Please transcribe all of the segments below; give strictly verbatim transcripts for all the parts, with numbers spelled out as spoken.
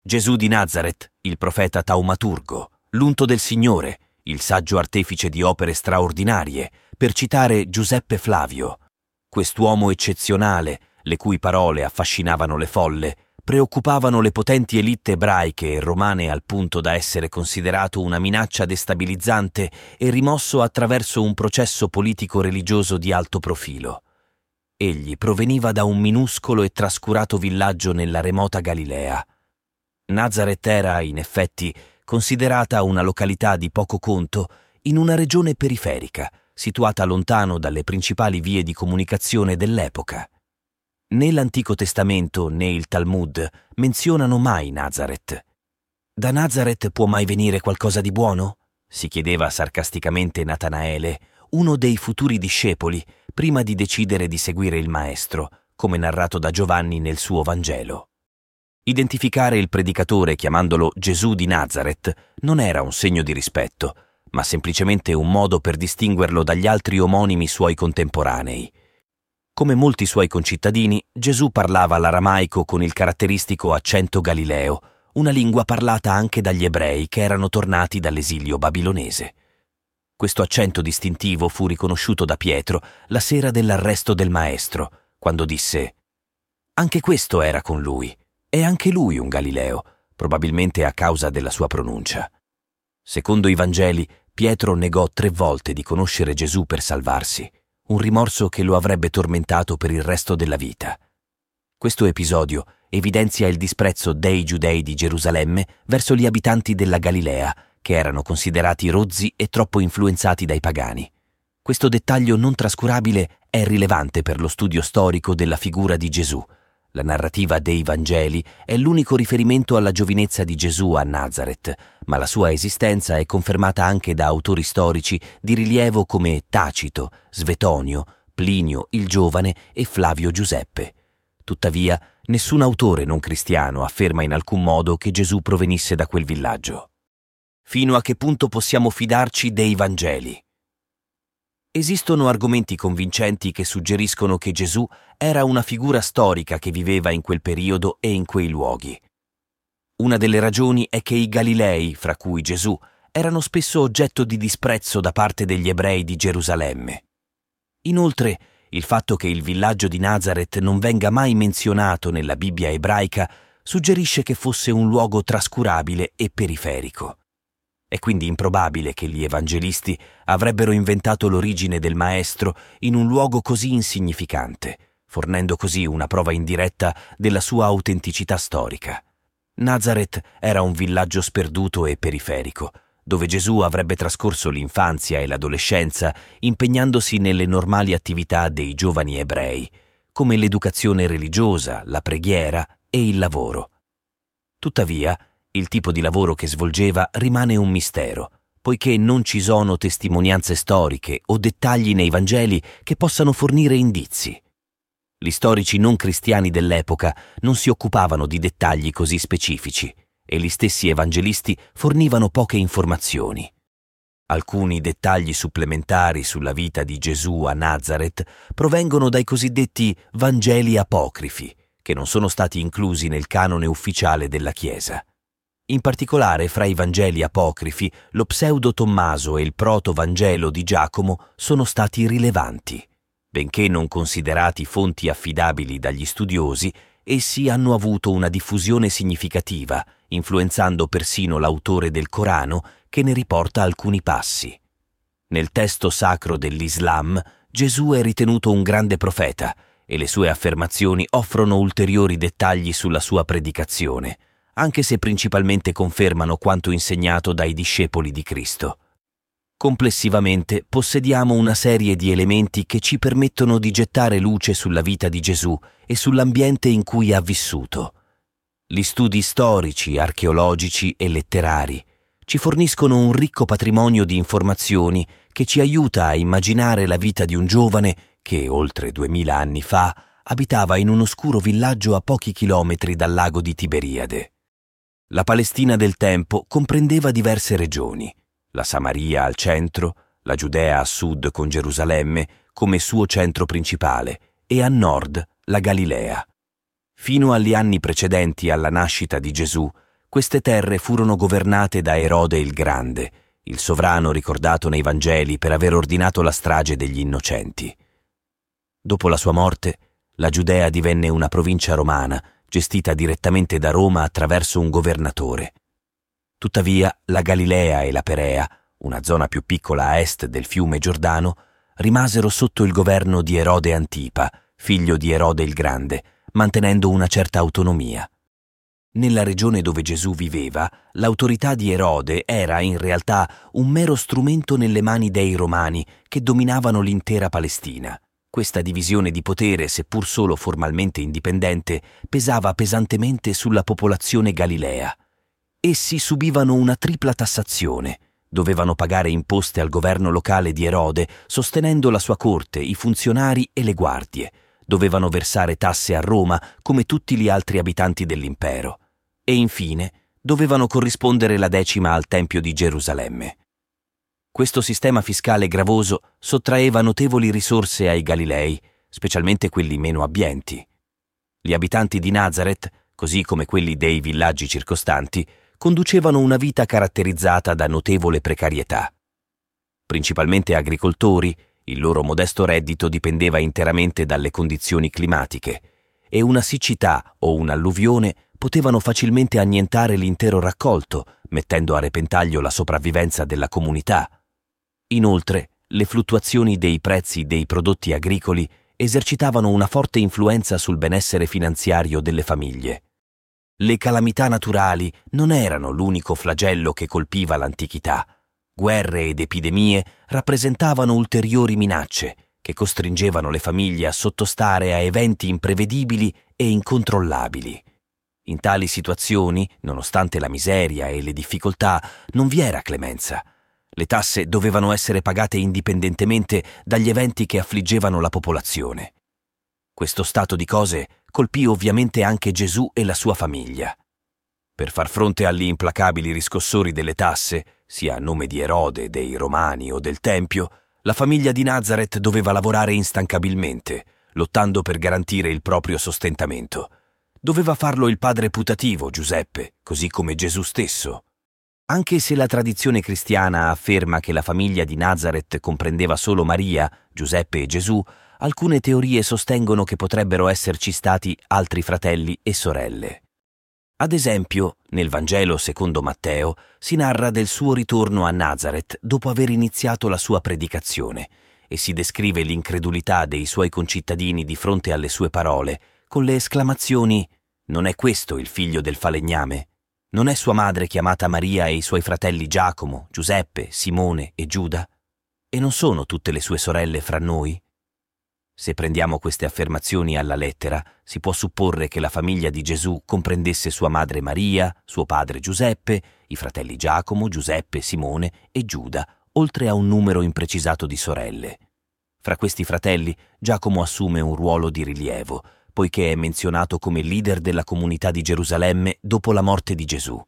Gesù di Nazaret, il profeta taumaturgo, l'unto del Signore, il saggio artefice di opere straordinarie, per citare Giuseppe Flavio. Quest'uomo eccezionale, le cui parole affascinavano le folle, preoccupavano le potenti elite ebraiche e romane al punto da essere considerato una minaccia destabilizzante e rimosso attraverso un processo politico-religioso di alto profilo. Egli proveniva da un minuscolo e trascurato villaggio nella remota Galilea. Nazaret era, in effetti, considerata una località di poco conto in una regione periferica, situata lontano dalle principali vie di comunicazione dell'epoca. Né l'Antico Testamento né il Talmud menzionano mai Nazaret. Da Nazaret può mai venire qualcosa di buono? Si chiedeva sarcasticamente Natanaele, uno dei futuri discepoli, prima di decidere di seguire il Maestro, come narrato da Giovanni nel suo Vangelo. Identificare il predicatore chiamandolo Gesù di Nazaret non era un segno di rispetto, ma semplicemente un modo per distinguerlo dagli altri omonimi suoi contemporanei. Come molti suoi concittadini, Gesù parlava l'aramaico con il caratteristico accento galileo, una lingua parlata anche dagli ebrei che erano tornati dall'esilio babilonese. Questo accento distintivo fu riconosciuto da Pietro la sera dell'arresto del Maestro, quando disse: «Anche questo era con lui, e anche lui un Galileo, probabilmente a causa della sua pronuncia». Secondo i Vangeli, Pietro negò tre volte di conoscere Gesù per salvarsi, un rimorso che lo avrebbe tormentato per il resto della vita. Questo episodio evidenzia il disprezzo dei giudei di Gerusalemme verso gli abitanti della Galilea, che erano considerati rozzi e troppo influenzati dai pagani. Questo dettaglio non trascurabile è rilevante per lo studio storico della figura di Gesù. La narrativa dei Vangeli è l'unico riferimento alla giovinezza di Gesù a Nazaret, ma la sua esistenza è confermata anche da autori storici di rilievo come Tacito, Svetonio, Plinio il Giovane e Flavio Giuseppe. Tuttavia, nessun autore non cristiano afferma in alcun modo che Gesù provenisse da quel villaggio. Fino a che punto possiamo fidarci dei Vangeli? Esistono argomenti convincenti che suggeriscono che Gesù era una figura storica che viveva in quel periodo e in quei luoghi. Una delle ragioni è che i Galilei, fra cui Gesù, erano spesso oggetto di disprezzo da parte degli ebrei di Gerusalemme. Inoltre, il fatto che il villaggio di Nazaret non venga mai menzionato nella Bibbia ebraica suggerisce che fosse un luogo trascurabile e periferico. È quindi improbabile che gli evangelisti avrebbero inventato l'origine del Maestro in un luogo così insignificante, fornendo così una prova indiretta della sua autenticità storica. Nazaret era un villaggio sperduto e periferico, dove Gesù avrebbe trascorso l'infanzia e l'adolescenza impegnandosi nelle normali attività dei giovani ebrei, come l'educazione religiosa, la preghiera e il lavoro. Tuttavia, il tipo di lavoro che svolgeva rimane un mistero, poiché non ci sono testimonianze storiche o dettagli nei Vangeli che possano fornire indizi. Gli storici non cristiani dell'epoca non si occupavano di dettagli così specifici e gli stessi evangelisti fornivano poche informazioni. Alcuni dettagli supplementari sulla vita di Gesù a Nazaret provengono dai cosiddetti Vangeli apocrifi, che non sono stati inclusi nel canone ufficiale della Chiesa. In particolare, fra i Vangeli apocrifi, lo Pseudo Tommaso e il Proto-Vangelo di Giacomo sono stati rilevanti. Benché non considerati fonti affidabili dagli studiosi, essi hanno avuto una diffusione significativa, influenzando persino l'autore del Corano, che ne riporta alcuni passi. Nel testo sacro dell'Islam, Gesù è ritenuto un grande profeta e le sue affermazioni offrono ulteriori dettagli sulla sua predicazione, anche se principalmente confermano quanto insegnato dai discepoli di Cristo. Complessivamente possediamo una serie di elementi che ci permettono di gettare luce sulla vita di Gesù e sull'ambiente in cui ha vissuto. Gli studi storici, archeologici e letterari ci forniscono un ricco patrimonio di informazioni che ci aiuta a immaginare la vita di un giovane che, oltre duemila anni fa, abitava in un oscuro villaggio a pochi chilometri dal lago di Tiberiade. La Palestina del tempo comprendeva diverse regioni, la Samaria al centro, la Giudea a sud con Gerusalemme come suo centro principale e a nord la Galilea. Fino agli anni precedenti alla nascita di Gesù, queste terre furono governate da Erode il Grande, il sovrano ricordato nei Vangeli per aver ordinato la strage degli innocenti. Dopo la sua morte, la Giudea divenne una provincia romana, gestita direttamente da Roma attraverso un governatore. Tuttavia, la Galilea e la Perea, una zona più piccola a est del fiume Giordano, rimasero sotto il governo di Erode Antipa, figlio di Erode il Grande, mantenendo una certa autonomia. Nella regione dove Gesù viveva, l'autorità di Erode era in realtà un mero strumento nelle mani dei Romani che dominavano l'intera Palestina. Questa divisione di potere, seppur solo formalmente indipendente, pesava pesantemente sulla popolazione galilea. Essi subivano una tripla tassazione. Dovevano pagare imposte al governo locale di Erode, sostenendo la sua corte, i funzionari e le guardie. Dovevano versare tasse a Roma come tutti gli altri abitanti dell'impero. E infine dovevano corrispondere la decima al Tempio di Gerusalemme. Questo sistema fiscale gravoso sottraeva notevoli risorse ai Galilei, specialmente quelli meno abbienti. Gli abitanti di Nazaret, così come quelli dei villaggi circostanti, conducevano una vita caratterizzata da notevole precarietà. Principalmente agricoltori, il loro modesto reddito dipendeva interamente dalle condizioni climatiche e una siccità o un'alluvione potevano facilmente annientare l'intero raccolto, mettendo a repentaglio la sopravvivenza della comunità. Inoltre, le fluttuazioni dei prezzi dei prodotti agricoli esercitavano una forte influenza sul benessere finanziario delle famiglie. Le calamità naturali non erano l'unico flagello che colpiva l'antichità. Guerre ed epidemie rappresentavano ulteriori minacce che costringevano le famiglie a sottostare a eventi imprevedibili e incontrollabili. In tali situazioni, nonostante la miseria e le difficoltà, non vi era clemenza. Le tasse dovevano essere pagate indipendentemente dagli eventi che affliggevano la popolazione. Questo stato di cose colpì ovviamente anche Gesù e la sua famiglia. Per far fronte agli implacabili riscossori delle tasse, sia a nome di Erode, dei Romani o del Tempio, la famiglia di Nazaret doveva lavorare instancabilmente, lottando per garantire il proprio sostentamento. Doveva farlo il padre putativo, Giuseppe, così come Gesù stesso. Anche se la tradizione cristiana afferma che la famiglia di Nazaret comprendeva solo Maria, Giuseppe e Gesù, alcune teorie sostengono che potrebbero esserci stati altri fratelli e sorelle. Ad esempio, nel Vangelo secondo Matteo si narra del suo ritorno a Nazaret dopo aver iniziato la sua predicazione e si descrive l'incredulità dei suoi concittadini di fronte alle sue parole con le esclamazioni: «Non è questo il figlio del falegname? Non è sua madre chiamata Maria e i suoi fratelli Giacomo, Giuseppe, Simone e Giuda? E non sono tutte le sue sorelle fra noi?» Se prendiamo queste affermazioni alla lettera, si può supporre che la famiglia di Gesù comprendesse sua madre Maria, suo padre Giuseppe, i fratelli Giacomo, Giuseppe, Simone e Giuda, oltre a un numero imprecisato di sorelle. Fra questi fratelli, Giacomo assume un ruolo di rilievo, poiché è menzionato come leader della comunità di Gerusalemme dopo la morte di Gesù.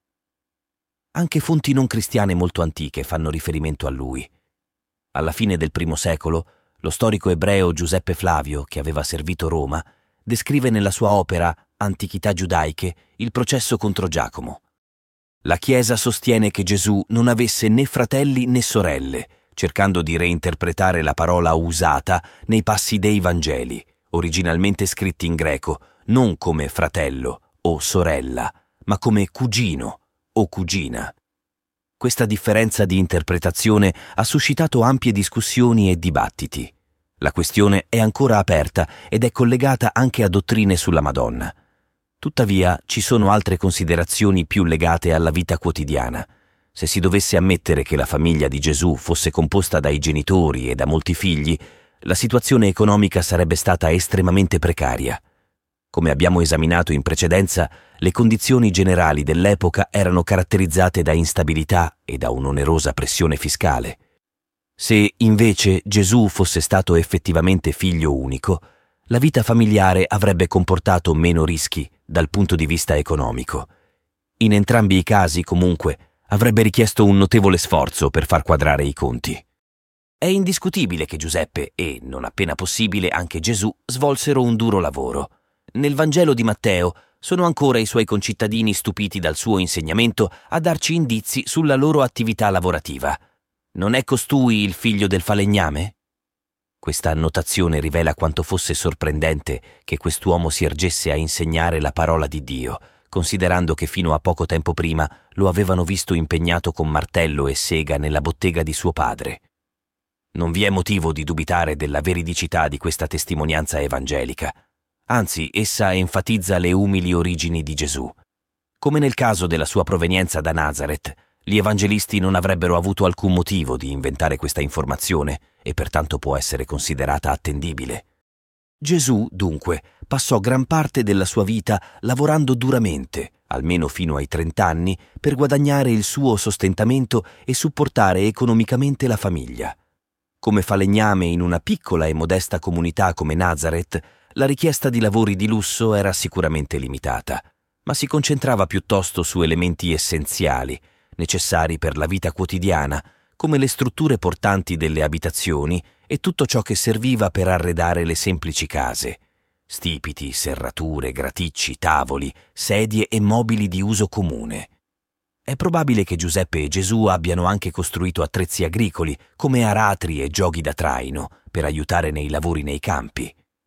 Anche fonti non cristiane molto antiche fanno riferimento a lui. Alla fine del primo secolo, lo storico ebreo Giuseppe Flavio, che aveva servito Roma, descrive nella sua opera Antichità giudaiche il processo contro Giacomo. La Chiesa sostiene che Gesù non avesse né fratelli né sorelle, cercando di reinterpretare la parola usata nei passi dei Vangeli, originalmente scritti in greco, non come fratello o sorella, ma come cugino o cugina. Questa differenza di interpretazione ha suscitato ampie discussioni e dibattiti. La questione è ancora aperta ed è collegata anche a dottrine sulla Madonna. Tuttavia, ci sono altre considerazioni più legate alla vita quotidiana. Se si dovesse ammettere che la famiglia di Gesù fosse composta dai genitori e da molti figli, la situazione economica sarebbe stata estremamente precaria. Come abbiamo esaminato in precedenza, le condizioni generali dell'epoca erano caratterizzate da instabilità e da un'onerosa pressione fiscale. Se invece Gesù fosse stato effettivamente figlio unico, la vita familiare avrebbe comportato meno rischi dal punto di vista economico. In entrambi i casi, comunque, avrebbe richiesto un notevole sforzo per far quadrare i conti. È indiscutibile che Giuseppe e, non appena possibile, anche Gesù svolsero un duro lavoro. Nel Vangelo di Matteo Sono ancora i suoi concittadini stupiti dal suo insegnamento a darci indizi sulla loro attività lavorativa. Non è costui il figlio del falegname? Questa annotazione rivela quanto fosse sorprendente che quest'uomo si ergesse a insegnare la parola di Dio, considerando che fino a poco tempo prima lo avevano visto impegnato con martello e sega nella bottega di suo padre. Non vi è motivo di dubitare della veridicità di questa testimonianza evangelica. Anzi, essa enfatizza le umili origini di Gesù. Come nel caso della sua provenienza da Nazareth, gli evangelisti non avrebbero avuto alcun motivo di inventare questa informazione e pertanto può essere considerata attendibile. Gesù, dunque, passò gran parte della sua vita lavorando duramente, almeno fino ai trent'anni, per guadagnare il suo sostentamento e supportare economicamente la famiglia. Come falegname in una piccola e modesta comunità come Nazareth, la richiesta di lavori di lusso era sicuramente limitata, ma si concentrava piuttosto su elementi essenziali, necessari per la vita quotidiana, come le strutture portanti delle abitazioni e tutto ciò che serviva per arredare le semplici case: stipiti, serrature, graticci, tavoli, sedie e mobili di uso comune. È probabile che Giuseppe e Gesù abbiano anche costruito attrezzi agricoli, come aratri e gioghi da traino, per aiutare nei lavori nei campi.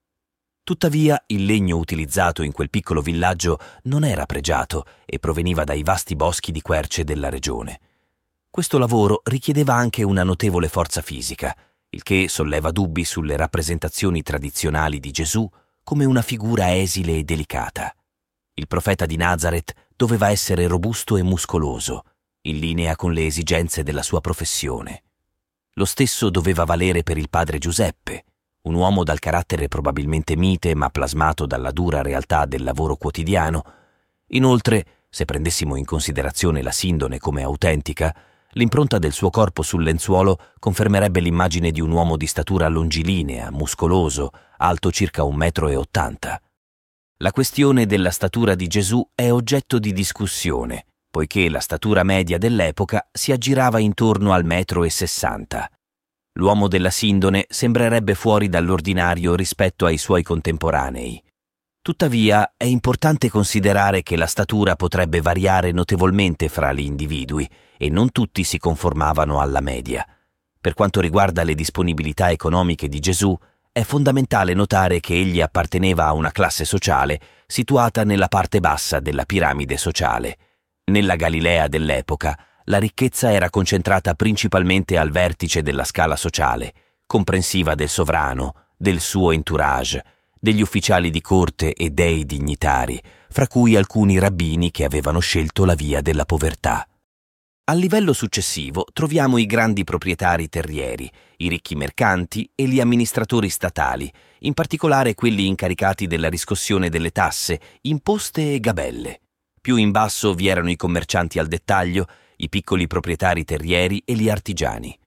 Tuttavia, il legno utilizzato in quel piccolo villaggio non era pregiato e proveniva dai vasti boschi di querce della regione. Questo lavoro richiedeva anche una notevole forza fisica, il che solleva dubbi sulle rappresentazioni tradizionali di Gesù come una figura esile e delicata. Il profeta di Nazareth doveva essere robusto e muscoloso, in linea con le esigenze della sua professione. Lo stesso doveva valere per il padre Giuseppe, un uomo dal carattere probabilmente mite ma plasmato dalla dura realtà del lavoro quotidiano. Inoltre, se prendessimo in considerazione la sindone come autentica, l'impronta del suo corpo sul lenzuolo confermerebbe l'immagine di un uomo di statura longilinea, muscoloso, alto circa un metro e ottanta. La questione della statura di Gesù è oggetto di discussione, poiché la statura media dell'epoca si aggirava intorno al metro e sessanta. L'uomo della sindone sembrerebbe fuori dall'ordinario rispetto ai suoi contemporanei. Tuttavia, è importante considerare che la statura potrebbe variare notevolmente fra gli individui e non tutti si conformavano alla media. Per quanto riguarda le disponibilità economiche di Gesù, è fondamentale notare che egli apparteneva a una classe sociale situata nella parte bassa della piramide sociale. Nella Galilea dell'epoca, la ricchezza era concentrata principalmente al vertice della scala sociale, comprensiva del sovrano, del suo entourage, degli ufficiali di corte e dei dignitari, fra cui alcuni rabbini che avevano scelto la via della povertà. Al livello successivo troviamo i grandi proprietari terrieri, i ricchi mercanti e gli amministratori statali, in particolare quelli incaricati della riscossione delle tasse, imposte e gabelle. Più in basso vi erano i commercianti al dettaglio, i piccoli proprietari terrieri e gli artigiani.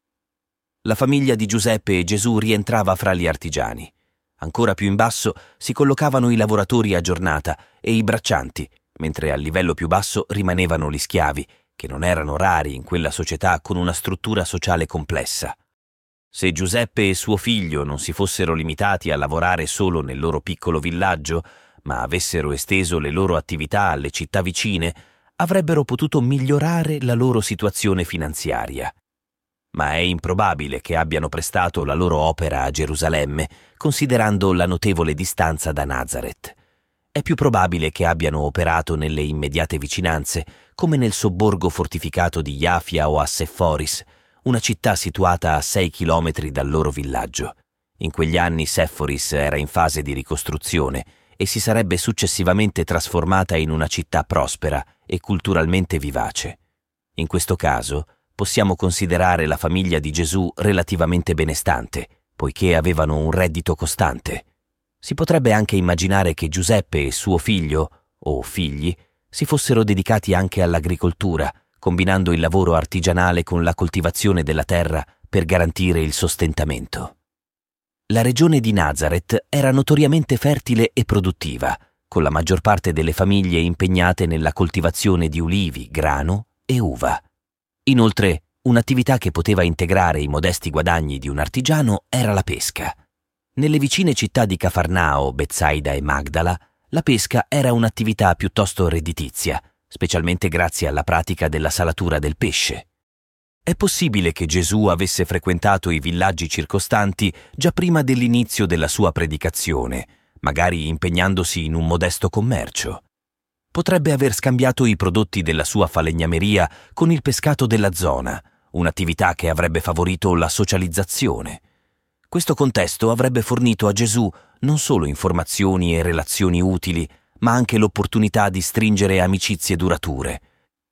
La famiglia di Giuseppe e Gesù rientrava fra gli artigiani. Ancora più in basso si collocavano i lavoratori a giornata e i braccianti, mentre al livello più basso rimanevano gli schiavi, che non erano rari in quella società con una struttura sociale complessa. Se Giuseppe e suo figlio non si fossero limitati a lavorare solo nel loro piccolo villaggio, ma avessero esteso le loro attività alle città vicine, avrebbero potuto migliorare la loro situazione finanziaria. Ma è improbabile che abbiano prestato la loro opera a Gerusalemme, considerando la notevole distanza da Nazareth. È più probabile che abbiano operato nelle immediate vicinanze, come nel sobborgo fortificato di Iafia o a Sefforis, una città situata a sei chilometri dal loro villaggio. In quegli anni Sefforis era in fase di ricostruzione e si sarebbe successivamente trasformata in una città prospera e culturalmente vivace. In questo caso possiamo considerare la famiglia di Gesù relativamente benestante, poiché avevano un reddito costante. Si potrebbe anche immaginare che Giuseppe e suo figlio, o figli, si fossero dedicati anche all'agricoltura, combinando il lavoro artigianale con la coltivazione della terra per garantire il sostentamento. La regione di Nazareth era notoriamente fertile e produttiva, con la maggior parte delle famiglie impegnate nella coltivazione di ulivi, grano e uva. Inoltre, un'attività che poteva integrare i modesti guadagni di un artigiano era la pesca. Nelle vicine città di Cafarnao, Betsaida e Magdala, La pesca era un'attività piuttosto redditizia, specialmente grazie alla pratica della salatura del pesce. È possibile che Gesù avesse frequentato i villaggi circostanti già prima dell'inizio della sua predicazione, magari impegnandosi in un modesto commercio. Potrebbe aver scambiato i prodotti della sua falegnameria con il pescato della zona, un'attività che avrebbe favorito la socializzazione. Questo contesto avrebbe fornito a Gesù non solo informazioni e relazioni utili, ma anche l'opportunità di stringere amicizie durature.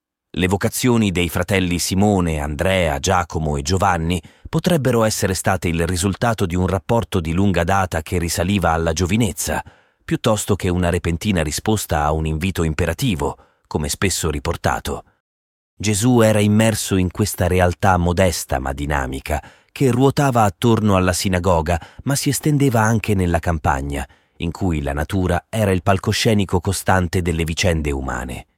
Le vocazioni dei fratelli Simone, Andrea, Giacomo e Giovanni potrebbero essere state il risultato di un rapporto di lunga data che risaliva alla giovinezza, piuttosto che una repentina risposta a un invito imperativo, come spesso riportato. Gesù era immerso in questa realtà modesta ma dinamica, che ruotava attorno alla sinagoga, ma si estendeva anche nella campagna, in cui la natura era il palcoscenico costante delle vicende umane.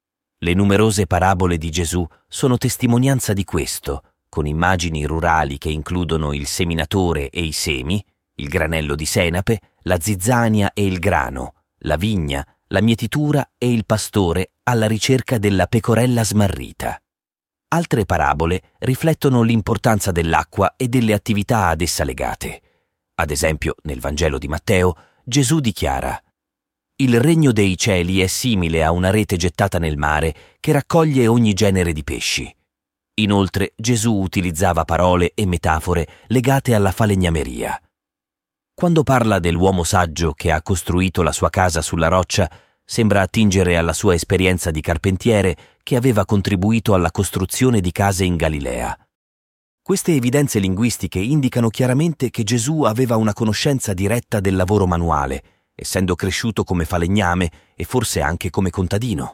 Le numerose parabole di Gesù sono testimonianza di questo, con immagini rurali che includono il seminatore e i semi, il granello di senape, la zizzania e il grano, la vigna, la mietitura e il pastore alla ricerca della pecorella smarrita. Altre parabole riflettono l'importanza dell'acqua e delle attività ad essa legate. Ad esempio, nel Vangelo di Matteo, Gesù dichiara: «Il regno dei cieli è simile a una rete gettata nel mare che raccoglie ogni genere di pesci». Inoltre, Gesù utilizzava parole e metafore legate alla falegnameria. Quando parla dell'uomo saggio che ha costruito la sua casa sulla roccia, sembra attingere alla sua esperienza di carpentiere che aveva contribuito alla costruzione di case in Galilea. Queste evidenze linguistiche indicano chiaramente che Gesù aveva una conoscenza diretta del lavoro manuale, essendo cresciuto come falegname e forse anche come contadino.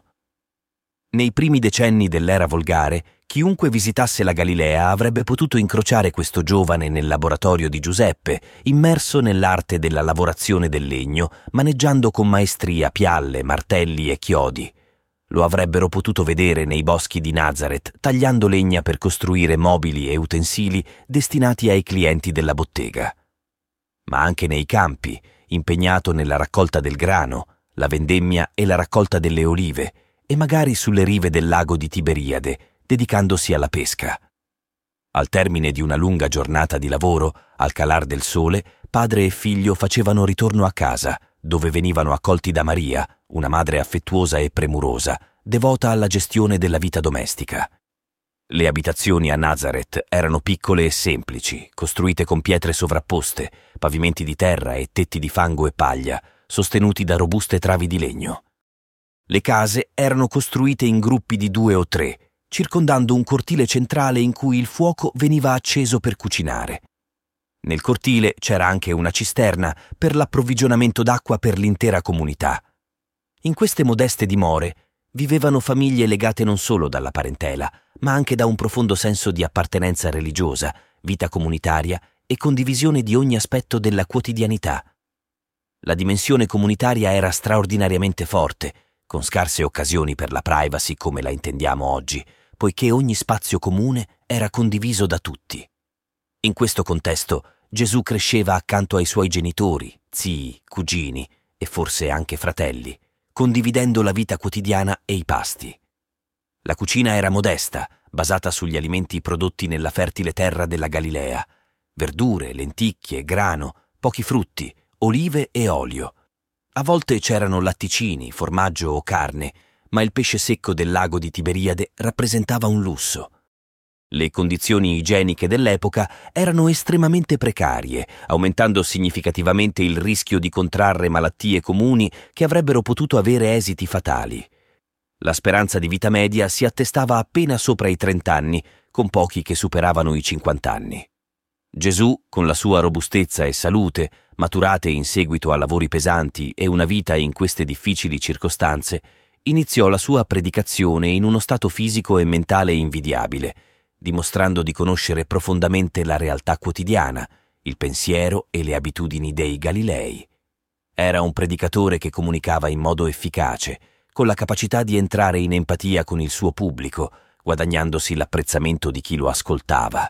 Nei primi decenni dell'era volgare, chiunque visitasse la Galilea avrebbe potuto incrociare questo giovane nel laboratorio di Giuseppe, immerso nell'arte della lavorazione del legno, maneggiando con maestria pialle, martelli e chiodi. Lo avrebbero potuto vedere nei boschi di Nazareth, tagliando legna per costruire mobili e utensili destinati ai clienti della bottega. Ma anche nei campi, impegnato nella raccolta del grano, la vendemmia e la raccolta delle olive, e magari sulle rive del lago di Tiberiade, dedicandosi alla pesca. Al termine di una lunga giornata di lavoro, al calar del sole, padre e figlio facevano ritorno a casa, dove venivano accolti da Maria, una madre affettuosa e premurosa, devota alla gestione della vita domestica. Le abitazioni a Nazareth erano piccole e semplici, costruite con pietre sovrapposte, pavimenti di terra e tetti di fango e paglia, sostenuti da robuste travi di legno. Le case erano costruite in gruppi di due o tre, circondando un cortile centrale in cui il fuoco veniva acceso per cucinare. Nel cortile c'era anche una cisterna per l'approvvigionamento d'acqua per l'intera comunità. In queste modeste dimore vivevano famiglie legate non solo dalla parentela, ma anche da un profondo senso di appartenenza religiosa, vita comunitaria e condivisione di ogni aspetto della quotidianità. La dimensione comunitaria era straordinariamente forte, con scarse occasioni per la privacy come la intendiamo oggi, poiché ogni spazio comune era condiviso da tutti. In questo contesto Gesù cresceva accanto ai suoi genitori, zii, cugini e forse anche fratelli, condividendo la vita quotidiana e i pasti. La cucina era modesta, basata sugli alimenti prodotti nella fertile terra della Galilea: verdure, lenticchie, grano, pochi frutti, olive e olio. A volte c'erano latticini, formaggio o carne, ma il pesce secco del lago di Tiberiade rappresentava un lusso. Le condizioni igieniche dell'epoca erano estremamente precarie, aumentando significativamente il rischio di contrarre malattie comuni che avrebbero potuto avere esiti fatali. La speranza di vita media si attestava appena sopra i trenta anni, con pochi che superavano i cinquanta anni. Gesù, con la sua robustezza e salute, maturate in seguito a lavori pesanti e una vita in queste difficili circostanze, iniziò la sua predicazione in uno stato fisico e mentale invidiabile, dimostrando di conoscere profondamente la realtà quotidiana, il pensiero e le abitudini dei Galilei. Era un predicatore che comunicava in modo efficace, con la capacità di entrare in empatia con il suo pubblico, guadagnandosi l'apprezzamento di chi lo ascoltava.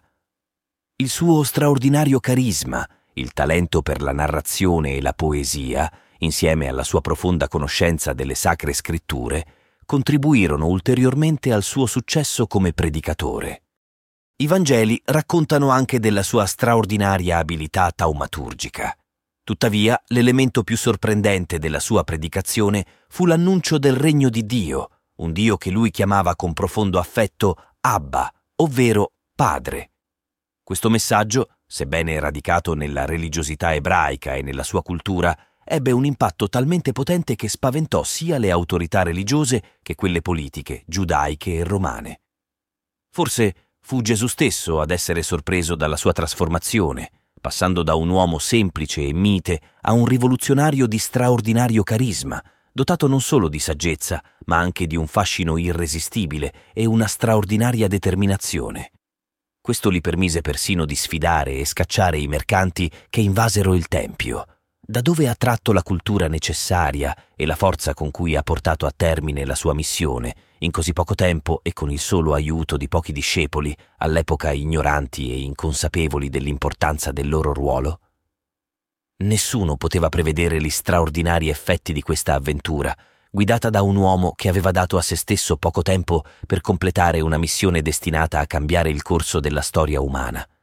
Il suo straordinario carisma, il talento per la narrazione e la poesia, insieme alla sua profonda conoscenza delle sacre scritture, contribuirono ulteriormente al suo successo come predicatore. I Vangeli raccontano anche della sua straordinaria abilità taumaturgica. Tuttavia, l'elemento più sorprendente della sua predicazione fu l'annuncio del regno di Dio, un Dio che lui chiamava con profondo affetto Abba, ovvero Padre. Questo messaggio, sebbene radicato nella religiosità ebraica e nella sua cultura, ebbe un impatto talmente potente che spaventò sia le autorità religiose che quelle politiche, giudaiche e romane. Forse fu Gesù stesso ad essere sorpreso dalla sua trasformazione, passando da un uomo semplice e mite a un rivoluzionario di straordinario carisma, dotato non solo di saggezza, ma anche di un fascino irresistibile e una straordinaria determinazione. Questo gli permise persino di sfidare e scacciare i mercanti che invasero il Tempio, da dove ha tratto la cultura necessaria e la forza con cui ha portato a termine la sua missione, in così poco tempo e con il solo aiuto di pochi discepoli, all'epoca ignoranti e inconsapevoli dell'importanza del loro ruolo? Nessuno poteva prevedere gli straordinari effetti di questa avventura, guidata da un uomo che aveva dato a se stesso poco tempo per completare una missione destinata a cambiare il corso della storia umana.